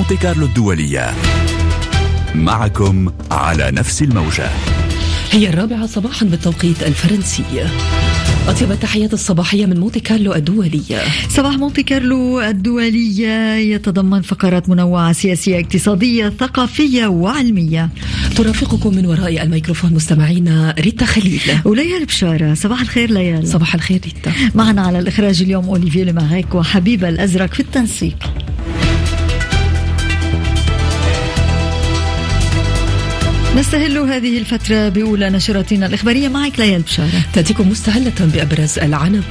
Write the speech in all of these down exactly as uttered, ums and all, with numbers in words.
مونتي كارلو الدولية، معكم على نفس الموجة. هي الرابعة صباحا بالتوقيت الفرنسي. أطيب التحيات الصباحية من مونتي كارلو الدولية. صباح مونتي كارلو الدولية يتضمن فقرات منوعة سياسية اقتصادية ثقافية وعلمية. ترافقكم من وراء الميكروفون مستمعينا ريتا خليل وليال بشارة. صباح الخير ليال. صباح الخير ريتا. معنا على الإخراج اليوم أوليفيه لماغيك وحبيبة الأزرق في التنسيق. نستهل هذه الفترة بأولى نشراتنا الإخبارية. معك ليال بشارة. تأتيكم مستهلة بأبرز العناوين.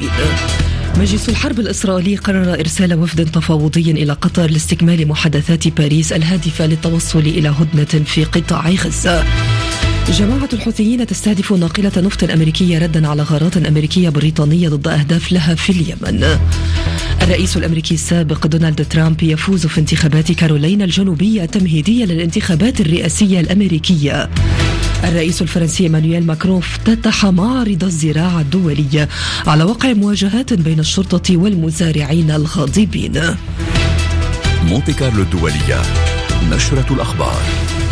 مجلس الحرب الإسرائيلي قرر إرسال وفد تفاوضي إلى قطر لاستكمال محادثات باريس الهادفة للتوصل إلى هدنة في قطاع غزة. جماعة الحوثيين تستهدف ناقلة نفط أمريكية ردا على غارات أمريكية بريطانية ضد أهداف لها في اليمن. الرئيس الأمريكي السابق دونالد ترامب يفوز في انتخابات كارولينا الجنوبية التمهيدية للانتخابات الرئاسية الأمريكية. الرئيس الفرنسي إيمانويل ماكرون افتتح معرض الزراعة الدولية على وقع مواجهات بين الشرطة والمزارعين الغاضبين. مونتي كارلو الدولية، نشرة الأخبار.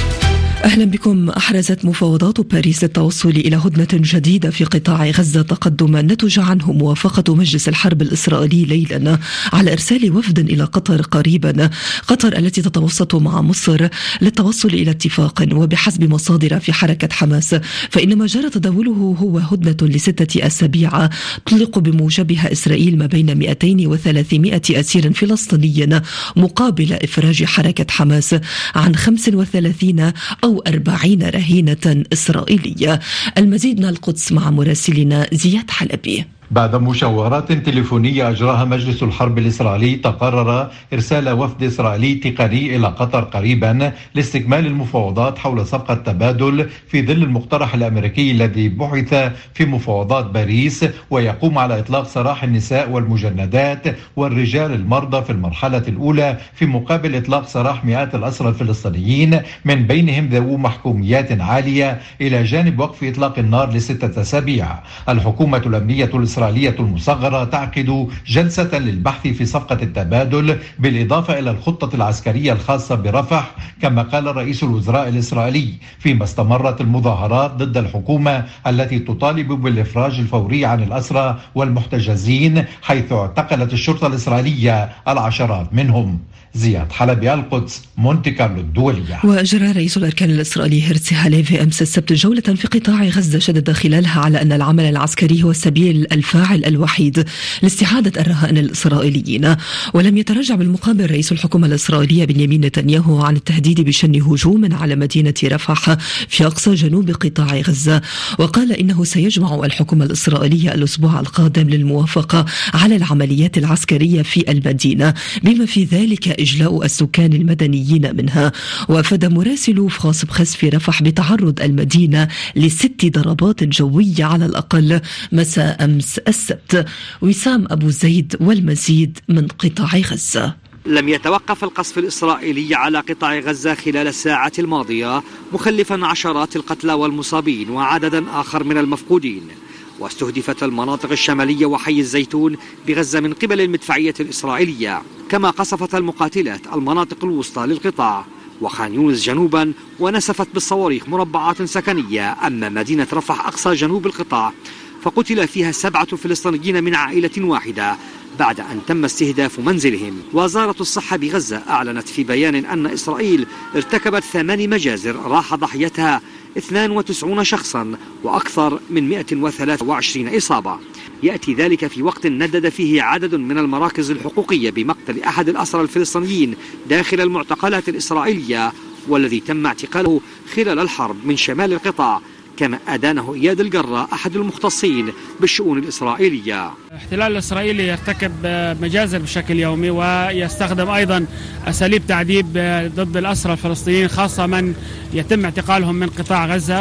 أهلا بكم. أحرزت مفاوضات باريس للتوصل إلى هدنة جديدة في قطاع غزة تقدما نتج عنه موافقة مجلس الحرب الإسرائيلي ليلا على إرسال وفد إلى قطر قريبا. قطر التي تتوسط مع مصر للتوصل إلى اتفاق، وبحسب مصادر في حركة حماس فإن ما جرى تداوله هو هدنة لستة أسابيع تطلق بموجبها إسرائيل ما بين مئتين وثلاثمائة أسير فلسطيني مقابل إفراج حركة حماس عن خمس وثلاثين أو أربعين رهينة إسرائيلية. المزيد من القدس مع مراسلنا زياد حلبي. بعد مشاورات تليفونية أجراها مجلس الحرب الإسرائيلي تقرر إرسال وفد إسرائيلي تقني إلى قطر قريبا لاستكمال المفاوضات حول صفقة تبادل في ظل المقترح الأمريكي الذي بحث في مفاوضات باريس، ويقوم على إطلاق سراح النساء والمجندات والرجال المرضى في المرحلة الأولى في مقابل إطلاق سراح مئات الأسرى الفلسطينيين من بينهم ذوو محكوميات عالية، إلى جانب وقف إطلاق النار لستة أسابيع. الحكومة الأمنية الإسرائيلية المصغرة تعقد جلسة للبحث في صفقة التبادل بالإضافة إلى الخطة العسكرية الخاصة برفح، كما قال رئيس الوزراء الإسرائيلي، فيما استمرت المظاهرات ضد الحكومة التي تطالب بالإفراج الفوري عن الأسرى والمحتجزين، حيث اعتقلت الشرطة الإسرائيلية العشرات منهم. زياد حلبي، القدس، مونتي كارلو الدولية. وأجرى رئيس الأركان الإسرائيلي هيرتسي هاليفي أمس السبت جولة في قطاع غزة شدد خلالها على أن العمل العسكري هو السبيل الفاعل الوحيد لاستعادة الرهائن الإسرائيليين. ولم يتراجع بالمقابل رئيس الحكومة الإسرائيلية بنيامين نتنياهو عن التهديد بشن هجوم على مدينة رفح في أقصى جنوب قطاع غزة، وقال إنه سيجمع الحكومة الإسرائيلية الأسبوع القادم للموافقة على العمليات العسكرية في المدينة، بما في ذلك إجلاء السكان المدنيين منها. وأفاد مراسل فراس بريس في رفح بتعرض المدينة لست ضربات جوية على الأقل مساء أمس السبت. وسام أبو زيد والمزيد من قطاع غزة. لم يتوقف القصف الإسرائيلي على قطاع غزة خلال الساعات الماضية، مخلفا عشرات القتلى والمصابين وعددا آخر من المفقودين. واستهدفت المناطق الشمالية وحي الزيتون بغزة من قبل المدفعية الإسرائيلية، كما قصفت المقاتلات المناطق الوسطى للقطاع وخان يونس جنوبا، ونسفت بالصواريخ مربعات سكنية. أما مدينة رفح أقصى جنوب القطاع فقتل فيها سبعة فلسطينيين من عائلة واحدة بعد أن تم استهداف منزلهم. وزارة الصحة بغزة أعلنت في بيان أن إسرائيل ارتكبت ثمان مجازر راح ضحيتها اثنان وتسعين شخصا وأكثر من مئة وثلاثة وعشرين إصابة. يأتي ذلك في وقت ندد فيه عدد من المراكز الحقوقية بمقتل أحد الأسرى الفلسطينيين داخل المعتقلات الإسرائيلية، والذي تم اعتقاله خلال الحرب من شمال القطاع، كما أدانه إياد القرة أحد المختصين بالشؤون الإسرائيلية. الاحتلال الإسرائيلي يرتكب مجازر بشكل يومي، ويستخدم أيضا أساليب تعذيب ضد الأسرى الفلسطينيين، خاصة من يتم اعتقالهم من قطاع غزة،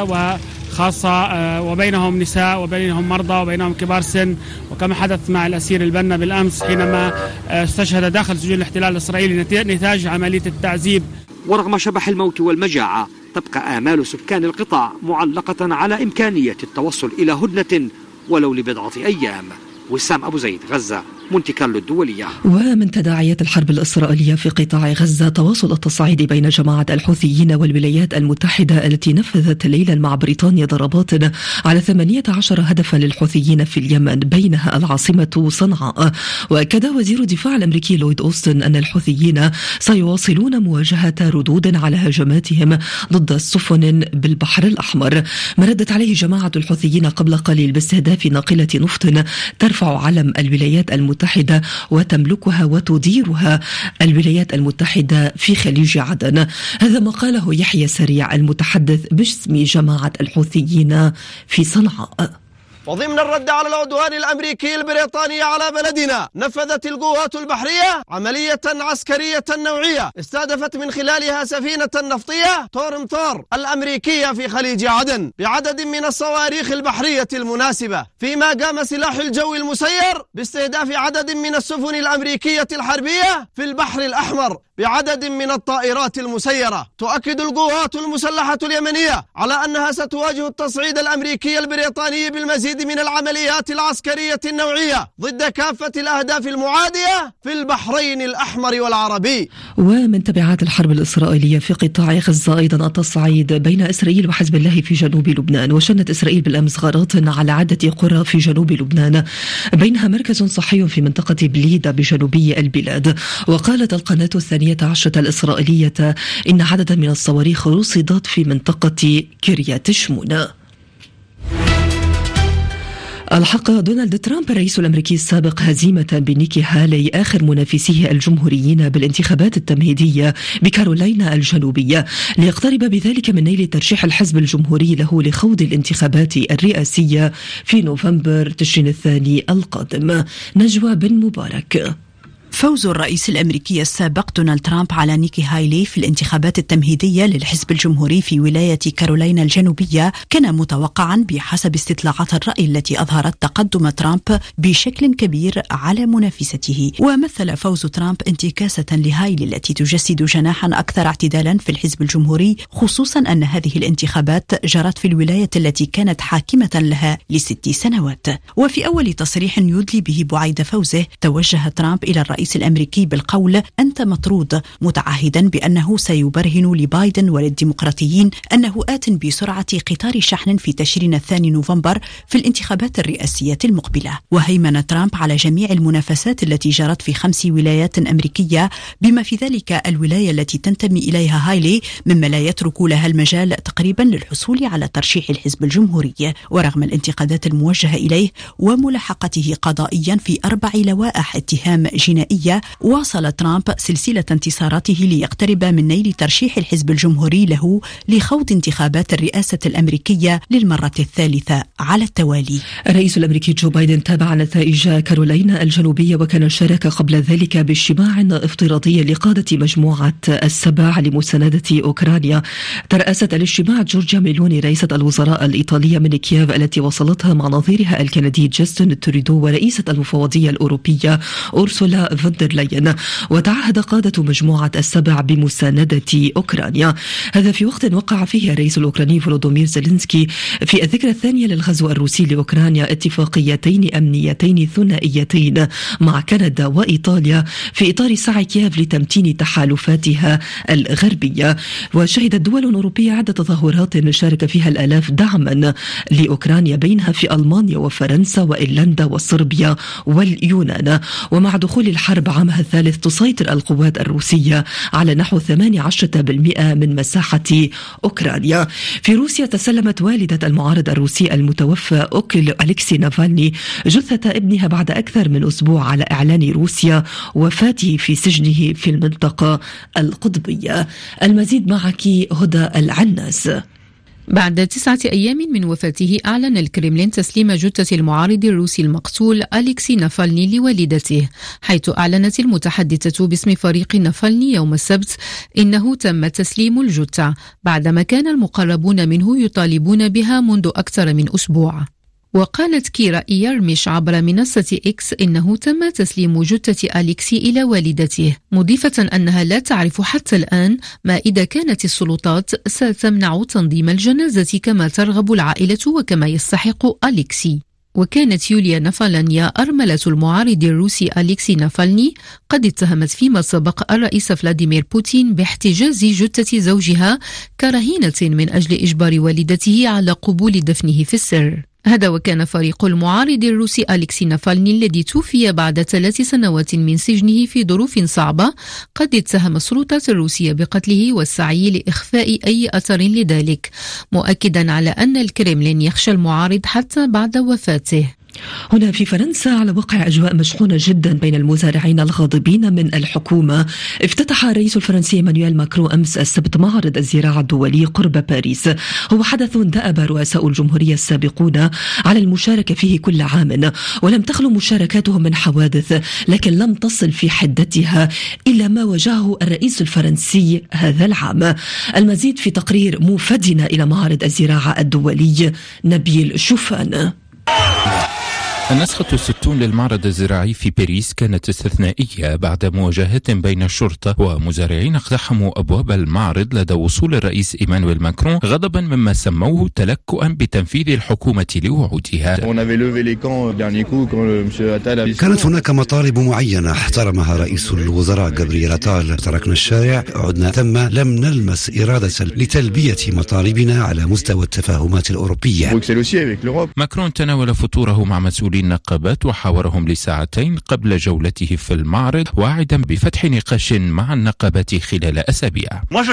وخاصة وبينهم نساء وبينهم مرضى وبينهم كبار سن، وكما حدث مع الأسير البنا بالأمس حينما استشهد داخل سجون الاحتلال الإسرائيلي نتاج عملية التعذيب. ورغم شبح الموت والمجاعة تبقى آمال سكان القطاع معلقة على إمكانية التوصل إلى هدنة ولو لبضعة أيام. وسام أبو زيد، غزة. مونتي كارلو الدولية. ومن تداعيات الحرب الإسرائيلية في قطاع غزة تواصل التصعيد بين جماعة الحوثيين والولايات المتحدة التي نفذت ليلا مع بريطانيا ضربات على ثمانية عشر هدفا للحوثيين في اليمن بينها العاصمة صنعاء. وأكد وزير الدفاع الأمريكي لويد أوستن أن الحوثيين سيواصلون مواجهة ردود على هجماتهم ضد السفن بالبحر الأحمر. مردت عليه جماعة الحوثيين قبل قليل باستهداف ناقلة نفط ترفع علم الولايات المتحدة وتملكها وتديرها الولايات المتحدة في خليج عدن. هذا ما قاله يحيى سريع المتحدث باسم جماعة الحوثيين في صنعاء. وضمن الرد على العدوان الأمريكي البريطاني على بلدنا، نفذت القوات البحرية عملية عسكرية نوعية استهدفت من خلالها سفينة نفطية تورم ثور الأمريكية في خليج عدن بعدد من الصواريخ البحرية المناسبة، فيما قام سلاح الجو المسير باستهداف عدد من السفن الأمريكية الحربية في البحر الأحمر بعدد من الطائرات المسيرة. تؤكد القوات المسلحة اليمنية على أنها ستواجه التصعيد الأمريكي البريطاني بالمزيد من العمليات العسكرية النوعية ضد كافة الأهداف المعادية في البحرين الأحمر والعربي. ومن تبعات الحرب الإسرائيلية في قطاع غزة أيضا التصعيد بين إسرائيل وحزب الله في جنوب لبنان. وشنت إسرائيل بالأمس غارات على عدة قرى في جنوب لبنان بينها مركز صحي في منطقة بليدة بجنوبي البلاد. وقالت القناة الثانية عشرة الإسرائيلية إن عددا من الصواريخ رصدت في منطقة كريات شمونة. الحق دونالد ترامب الرئيس الأمريكي السابق هزيمة بنيكي هالي آخر منافسيه الجمهوريين بالانتخابات التمهيدية بكارولاينا الجنوبية، ليقترب بذلك من نيل ترشيح الحزب الجمهوري له لخوض الانتخابات الرئاسية في نوفمبر تشرين الثاني القادم. نجوى بن مبارك. فوز الرئيس الأمريكي السابق دونالد ترامب على نيكي هايلي في الانتخابات التمهيدية للحزب الجمهوري في ولاية كارولاينا الجنوبية كان متوقعا بحسب استطلاعات الرأي التي أظهرت تقدم ترامب بشكل كبير على منافسته. ومثل فوز ترامب انتكاسة لهايلي التي تجسد جناحا أكثر اعتدالا في الحزب الجمهوري، خصوصا أن هذه الانتخابات جرت في الولاية التي كانت حاكمة لها لست سنوات. وفي أول تصريح يدلي به بعيد فوزه توجه ترامب إلى الرئيس الأمريكي بالقول أنت مطرود، متعهدا بأنه سيبرهن لبايدن وللديمقراطيين أنه آت بسرعة قطار شحن في تشرين الثاني نوفمبر في الانتخابات الرئاسية المقبلة. وهيمن ترامب على جميع المنافسات التي جرت في خمس ولايات أمريكية بما في ذلك الولاية التي تنتمي إليها هايلي، مما لا يترك لها المجال تقريبا للحصول على ترشيح الحزب الجمهوري. ورغم الانتقادات الموجهة إليه وملاحقته قضائيا في أربع لوائح اتهام جنائي، واصل ترامب سلسلة انتصاراته ليقترب من نيل ترشيح الحزب الجمهوري له لخوض انتخابات الرئاسة الأمريكية للمرة الثالثة على التوالي. الرئيس الأمريكي جو بايدن تابع نتائج كارولاينا الجنوبية، وكان شارك قبل ذلك باجتماع افتراضي لقادة مجموعة السبع لمساندة أوكرانيا. ترأست الاجتماع جورجيا ميلوني رئيسة الوزراء الإيطالية من كييف التي وصلتها مع نظيرها الكندي جاستن ترودو ورئيسة المفوضية الأوروبية أورسولا فوندر لاين. وتعهد قادة مجموعة السبع بمساندة أوكرانيا، هذا في وقت وقع فيه الرئيس الأوكراني فولودومير زيلينسكي في الذكرى الثانية للغزو الروسي لأوكرانيا اتفاقيتين أمنيتين ثنائيتين مع كندا وإيطاليا في إطار سعي كييف لتمتين تحالفاتها الغربية. وشهدت دول أوروبية عدة تظاهرات شارك فيها الآلاف دعما لأوكرانيا بينها في ألمانيا وفرنسا وإيرلندا وصربيا واليونان. ومع دخول الحرب عامها الثالث تسيطر القوات الروسية على نحو ثمانية عشر بالمئة من مساحة أوكرانيا. في روسيا تسلمت والدة المعارض الروسي المتوفى أوكل أليكسي نافالني جثة ابنها بعد أكثر من أسبوع على إعلان روسيا وفاته في سجنه في المنطقة القطبية. المزيد معك هدى العناس. بعد تسعة أيام من وفاته أعلن الكرملين تسليم جثة المعارض الروسي المقتول أليكسي نافالني لوالدته، حيث أعلنت المتحدثة باسم فريق نافالني يوم السبت إنه تم تسليم الجثة بعدما كان المقربون منه يطالبون بها منذ أكثر من أسبوع. وقالت كيرا إيرميش عبر منصة إكس إنه تم تسليم جثة أليكسي إلى والدته، مضيفة أنها لا تعرف حتى الآن ما إذا كانت السلطات ستمنع تنظيم الجنازة كما ترغب العائلة وكما يستحق أليكسي. وكانت يوليا نافالنيا أرملة المعارض الروسي أليكسي نافالني قد اتهمت فيما سبق الرئيس فلاديمير بوتين باحتجاز جثة زوجها كرهينة من أجل إجبار والدته على قبول دفنه في السر. هذا وكان فريق المعارض الروسي أليكسي نافالني الذي توفي بعد ثلاث سنوات من سجنه في ظروف صعبة قد اتهم السلطات الروسية بقتله والسعي لإخفاء أي أثر لذلك، مؤكدا على أن الكرملين يخشى المعارض حتى بعد وفاته. هنا في فرنسا على وقع أجواء مشحونة جدا بين المزارعين الغاضبين من الحكومة، افتتح الرئيس الفرنسي مانويل ماكرون أمس السبت معرض الزراعة الدولي قرب باريس. هو حدث دأب رؤساء الجمهورية السابقون على المشاركة فيه كل عام، ولم تخلو مشاركاتهم من حوادث، لكن لم تصل في حدتها إلى ما واجهه الرئيس الفرنسي هذا العام. المزيد في تقرير موفدنا إلى معرض الزراعة الدولي نبيل شوفان. النسخة الستون للمعرض الزراعي في باريس كانت استثنائية بعد مواجهات بين الشرطة ومزارعين اقتحموا أبواب المعرض لدى وصول الرئيس إيمانويل ماكرون غضبا مما سموه تلكؤا بتنفيذ الحكومة لوعودها. كانت هناك مطالب معينة احترمها رئيس الوزراء جابرييل أتال، تركنا الشارع، عدنا ثم لم نلمس إرادة لتلبية مطالبنا على مستوى التفاهمات الأوروبية. ماكرون تناول فطوره مع مسؤولين النقابات وحاورهم لساعتين قبل جولته في المعرض، واعدا بفتح نقاش مع النقابات خلال أسابيع.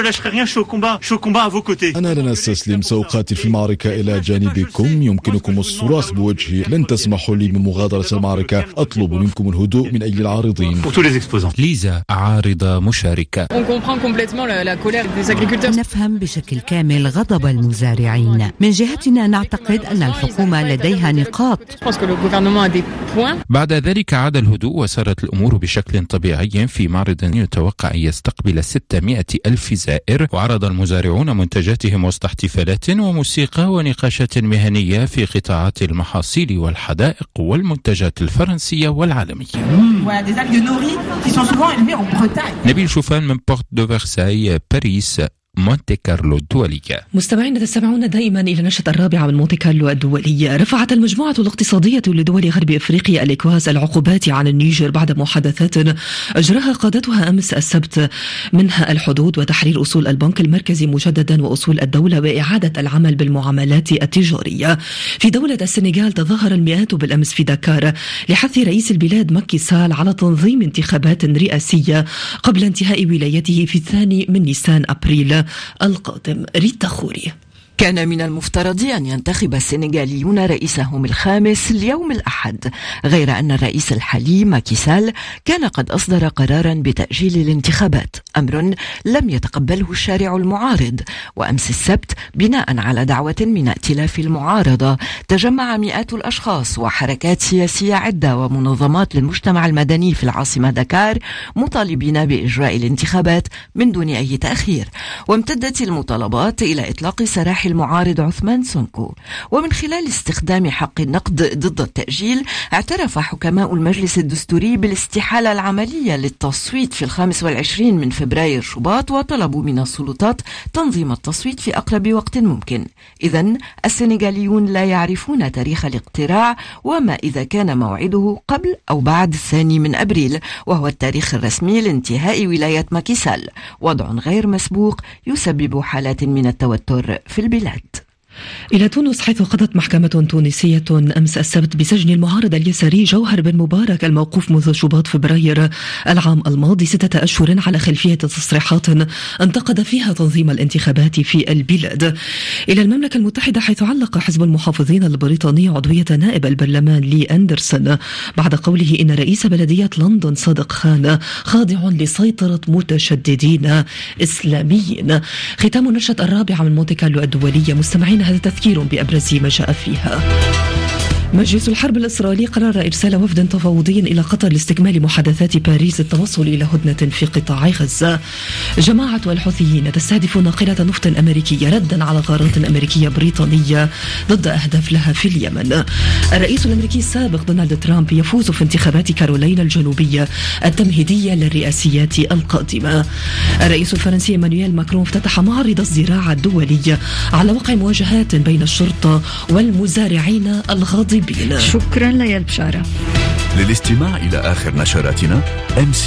أنا لن أستسلم، سأقاتل في المعركة إلى جانبكم، يمكنكم الصراخ بوجهي، لن تسمحوا لي بمغادرة المعركة، أطلب منكم الهدوء من أجل العارضين. ليزا عارضة مشاركة. نفهم بشكل كامل غضب المزارعين، من جهتنا نعتقد أن الحكومة لديها نقاط. بعد ذلك عاد الهدوء وسارت الأمور بشكل طبيعي في معرض يتوقع أن يستقبل ستمائة ألف زائر، وعرض المزارعون منتجاتهم وسط احتفالات وموسيقى ونقاشات مهنية في قطاعات المحاصيل والحدائق والمنتجات الفرنسية والعالمية. نبيل شوفان من بورت دو فرساي، باريس، مونتي كارلو الدولية. مستمعين تستمعون دائما إلى نشرة الرابعة من مونتي كارلو الدولية. رفعت المجموعة الاقتصادية لدول غرب إفريقيا الإكواس العقوبات عن النيجر بعد محادثات أجراها قادتها أمس السبت، منها الحدود وتحرير أصول البنك المركزي مجددا وأصول الدولة وإعادة العمل بالمعاملات التجارية. في دولة السنغال تظاهر المئات بالأمس في دكار لحث رئيس البلاد ماكي سال على تنظيم انتخابات رئاسية قبل انتهاء ولايته في الثاني من نيسان أبريل القادم. ريتا خوري. كان من المفترض أن ينتخب السنغاليون رئيسهم الخامس اليوم الأحد، غير أن الرئيس الحالي ماكي سال كان قد أصدر قرارا بتأجيل الانتخابات، أمر لم يتقبله الشارع المعارض. وأمس السبت بناء على دعوة من ائتلاف المعارضة تجمع مئات الأشخاص وحركات سياسية عدة ومنظمات للمجتمع المدني في العاصمة دكار مطالبين بإجراء الانتخابات من دون أي تأخير، وامتدت المطالبات إلى إطلاق سراح المعارض عثمان سونكو. ومن خلال استخدام حق النقد ضد التأجيل، اعترف حكماء المجلس الدستوري بالاستحالة العملية للتصويت في الخامس والعشرين من فبراير شباط، وطلبوا من السلطات تنظيم التصويت في أقرب وقت ممكن. إذن السنغاليون لا يعرفون تاريخ الاقتراع وما إذا كان موعده قبل أو بعد الثاني من أبريل، وهو التاريخ الرسمي لانتهاء ولاية ماكي سال، وضع غير مسبوق يسبب حالات من التوتر في البلاد. إلى تونس، حيث قضت محكمة تونسية أمس السبت بسجن المعارض اليساري جوهر بن مبارك الموقوف منذ شباط فبراير العام الماضي ستة أشهر على خلفية تصريحات انتقد فيها تنظيم الانتخابات في البلاد. إلى المملكة المتحدة، حيث علق حزب المحافظين البريطاني عضوية نائب البرلمان لي أندرسون بعد قوله إن رئيس بلدية لندن صادق خان خاضع لسيطرة متشددين إسلاميين. ختام نشرة الرابعة من مونتي كارلو الدولية. مستمعين، هذا تذكير بأبرز ما جاء فيها. مجلس الحرب الإسرائيلي قرر إرسال وفد تفاوضي إلى قطر لاستكمال محادثات باريس التوصل إلى هدنة في قطاع غزة. جماعة الحوثيين تستهدف ناقلة نفط أمريكية ردا على غارات أمريكية بريطانية ضد أهداف لها في اليمن. الرئيس الأمريكي السابق دونالد ترامب يفوز في انتخابات كارولينا الجنوبية التمهيدية للرئاسيات القادمة. الرئيس الفرنسي إيمانويل ماكرون افتتح معرض الزراعة الدولي على وقع مواجهات بين الشرطة والمزارعين الغاضبين. المغربين. شكرا ليال بشارة. للاستماع إلى آخر نشراتنا أمس